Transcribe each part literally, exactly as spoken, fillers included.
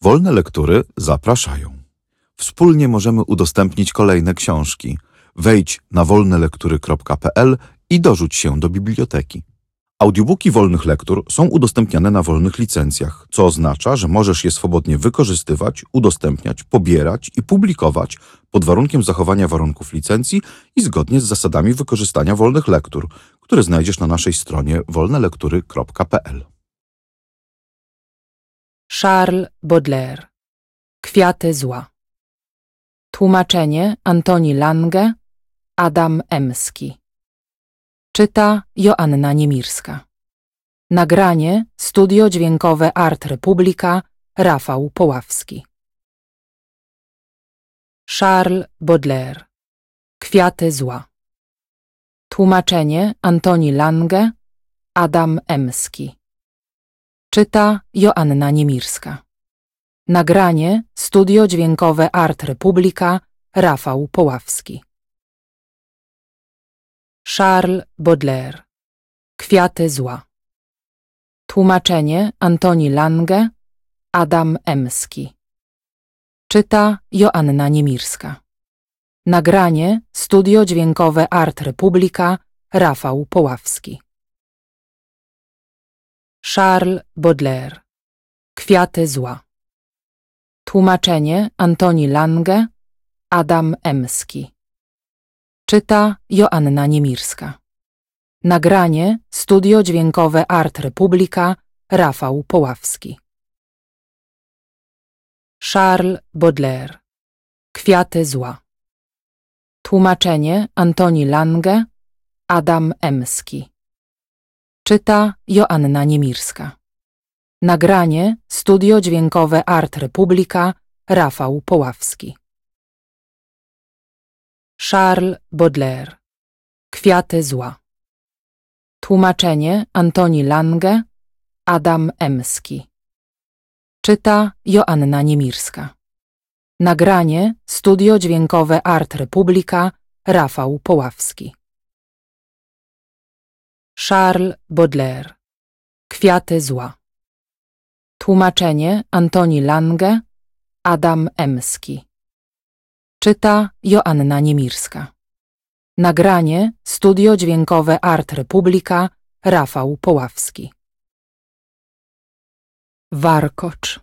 Wolne Lektury zapraszają. Wspólnie możemy udostępnić kolejne książki. Wejdź na wolne lektury kropka p l i dorzuć się do biblioteki. Audiobooki Wolnych Lektur są udostępniane na wolnych licencjach, co oznacza, że możesz je swobodnie wykorzystywać, udostępniać, pobierać i publikować pod warunkiem zachowania warunków licencji i zgodnie z zasadami wykorzystania wolnych lektur, które znajdziesz na naszej stronie wolne lektury kropka p l. Charles Baudelaire. Kwiaty zła. Tłumaczenie Antoni Lange, Adam Emski. Czyta Joanna Niemirska. Nagranie Studio Dźwiękowe Art Republica, Rafał Poławski. Charles Baudelaire. Kwiaty zła. Tłumaczenie Antoni Lange, Adam Emski. Czyta Joanna Niemirska. Nagranie Studio Dźwiękowe Art Republica, Rafał Poławski. Charles Baudelaire. Kwiaty zła. Tłumaczenie Antoni Lange, Adam Emski. Czyta Joanna Niemirska. Nagranie Studio Dźwiękowe Art Republica, Rafał Poławski. Charles Baudelaire. Kwiaty zła. Tłumaczenie Antoni Lange, Adam Emski. Czyta Joanna Niemirska. Nagranie Studio Dźwiękowe Art Republica, Rafał Poławski. Charles Baudelaire. Kwiaty zła. Tłumaczenie Antoni Lange, Adam Emski. Czyta Joanna Niemirska. Nagranie Studio Dźwiękowe Art Republica, Rafał Poławski. Charles Baudelaire. Kwiaty zła. Tłumaczenie Antoni Lange, Adam Emski. Czyta Joanna Niemirska. Nagranie Studio Dźwiękowe Art Republica, Rafał Poławski. Charles Baudelaire. Kwiaty zła. Tłumaczenie Antoni Lange, Adam Emski. Czyta Joanna Niemirska. Nagranie Studio Dźwiękowe Art Republica, Rafał Poławski. Warkocz.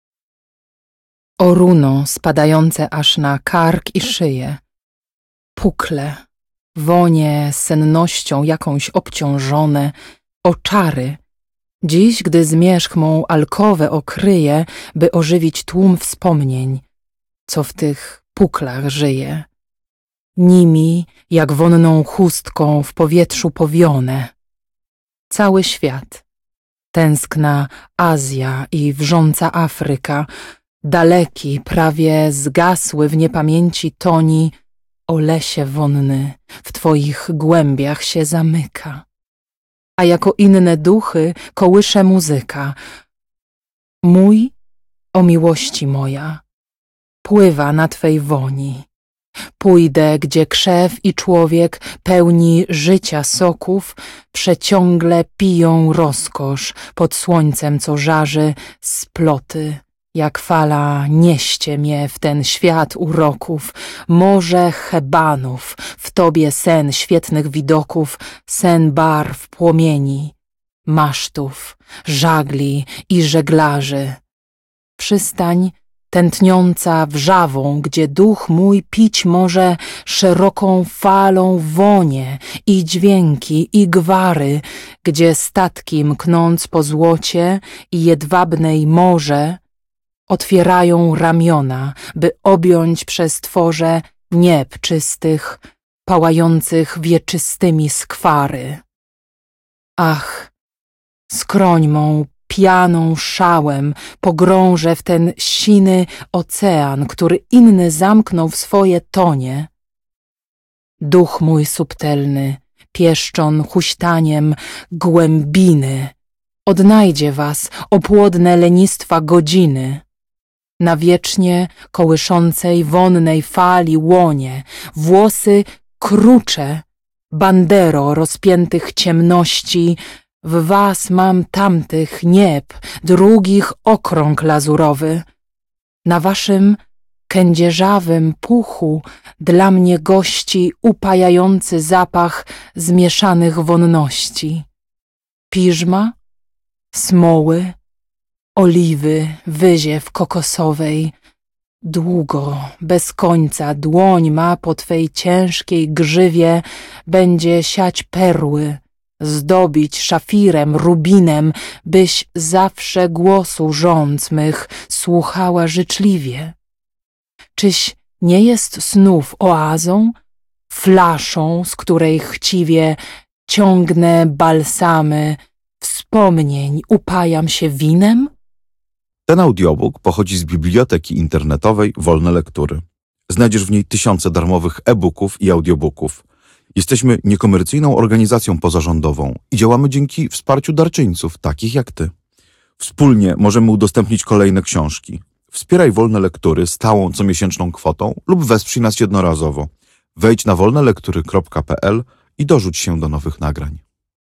O runo spadające aż na kark i szyję. Pukle, wonie sennością jakąś obciążone, oczary. Dziś, gdy zmierzch mą alkowę okryje, by ożywić tłum wspomnień, co w tych puklach żyje. Nimi, jak wonną chustką w powietrzu powione. Cały świat, tęskna Azja i wrząca Afryka, daleki, prawie zgasły w niepamięci toni, o lesie wonny w twoich głębiach się zamyka. A jako inne duchy kołysze muzyka. Mój, o miłości moja, pływa na twej woni. Pójdę, gdzie krzew i człowiek pełni życia soków, przeciągle piją rozkosz pod słońcem, co żarzy sploty. Jak fala nieście mnie w ten świat uroków, morze hebanów, w tobie sen świetnych widoków, sen barw płomieni, masztów, żagli i żeglarzy. Przystań tętniąca wrzawą, gdzie duch mój pić może szeroką falą wonie i dźwięki i gwary, gdzie statki mknąc po złocie i jedwabnej morze, otwierają ramiona, by objąć przez tworze nieb czystych, pałających wieczystymi skwary. Ach, skroń mą pianą szałem pogrążę w ten siny ocean, który inny zamknął w swoje tonie. Duch mój subtelny, pieszczon huśtaniem głębiny, odnajdzie was, opłodne lenistwa godziny. Na wiecznie kołyszącej wonnej fali łonie, włosy krucze, bandero rozpiętych ciemności, w was mam tamtych nieb, drugich okrąg lazurowy, Na waszym kędzierzawym puchu dla mnie gości upajający zapach zmieszanych wonności. Piżma, smoły, oliwy, wyziew kokosowej. Długo, bez końca dłoń ma po twej ciężkiej grzywie będzie siać perły, zdobić szafirem, rubinem, byś zawsze głosu żądz mych słuchała życzliwie. Czyś nie jest snów oazą, flaszą, z której chciwie ciągnę balsamy, wspomnień upajam się winem? Ten audiobook pochodzi z biblioteki internetowej Wolne Lektury. Znajdziesz w niej tysiące darmowych e-booków i audiobooków. Jesteśmy niekomercyjną organizacją pozarządową i działamy dzięki wsparciu darczyńców, takich jak ty. Wspólnie możemy udostępnić kolejne książki. Wspieraj Wolne Lektury stałą comiesięczną kwotą lub wesprzyj nas jednorazowo. Wejdź na wolne lektury kropka p l i dorzuć się do nowych nagrań.